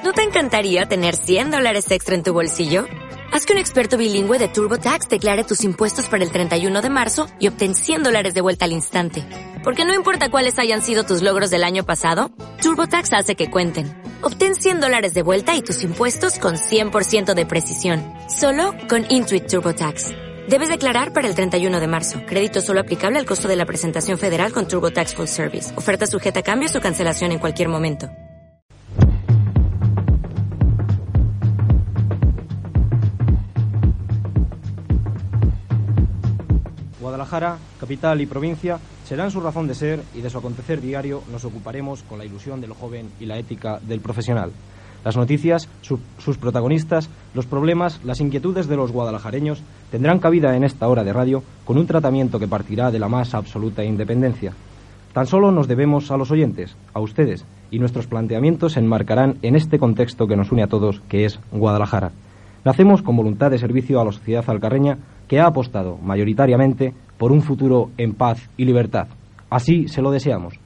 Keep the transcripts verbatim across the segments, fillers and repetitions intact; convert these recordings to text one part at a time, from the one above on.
¿No te encantaría tener cien dólares extra en tu bolsillo? Haz que un experto bilingüe de TurboTax declare tus impuestos para el treinta y uno de marzo y obtén cien dólares de vuelta al instante. Porque no importa cuáles hayan sido tus logros del año pasado, TurboTax hace que cuenten. Obtén cien dólares de vuelta y tus impuestos con cien por ciento de precisión. Solo con Intuit TurboTax. Debes declarar para el treinta y uno de marzo. Crédito solo aplicable al costo de la presentación federal con TurboTax Full Service. Oferta sujeta a cambios o cancelación en cualquier momento. Guadalajara, capital y provincia, serán su razón de ser y de su acontecer diario nos ocuparemos con la ilusión del joven y la ética del profesional. Las noticias, su, sus protagonistas, los problemas, las inquietudes de los guadalajareños tendrán cabida en esta hora de radio con un tratamiento que partirá de la más absoluta independencia. Tan solo nos debemos a los oyentes, a ustedes, y nuestros planteamientos se enmarcarán en este contexto que nos une a todos, que es Guadalajara. Nacemos con voluntad de servicio a la sociedad alcarreña que ha apostado mayoritariamente por un futuro en paz y libertad. Así se lo deseamos.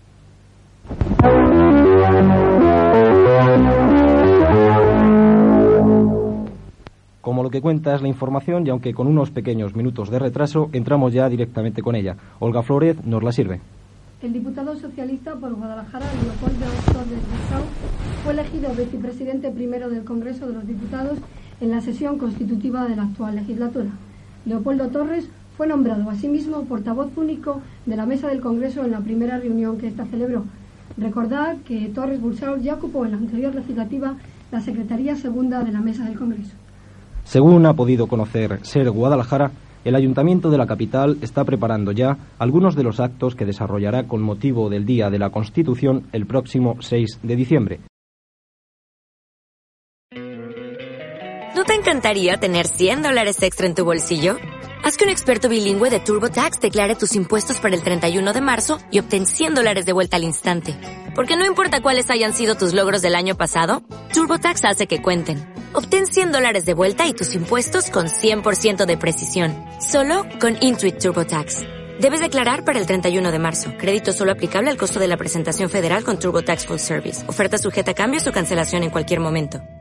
Como lo que cuenta es la información y aunque con unos pequeños minutos de retraso, entramos ya directamente con ella. Olga Flórez nos la sirve. El diputado socialista por Guadalajara, Leopoldo Torres Buxau, fue elegido vicepresidente primero del Congreso de los Diputados en la sesión constitutiva de la actual legislatura. Leopoldo Torres fue nombrado asimismo portavoz único de la mesa del Congreso en la primera reunión que ésta celebró. Recordad que Torres Buxau ya ocupó en la anterior legislativa la Secretaría Segunda de la mesa del Congreso. Según ha podido conocer Ser Guadalajara, el Ayuntamiento de la capital está preparando ya algunos de los actos que desarrollará con motivo del Día de la Constitución el próximo seis de diciembre. ¿No te encantaría tener cien dólares extra en tu bolsillo? Haz que un experto bilingüe de TurboTax declare tus impuestos para el treinta y uno de marzo y obtén cien dólares de vuelta al instante. Porque no importa cuáles hayan sido tus logros del año pasado, TurboTax hace que cuenten. Obtén cien dólares de vuelta y tus impuestos con cien por ciento de precisión. Solo con Intuit TurboTax. Debes declarar para el treinta y uno de marzo. Crédito solo aplicable al costo de la presentación federal con TurboTax Full Service. Oferta sujeta a cambios o cancelación en cualquier momento.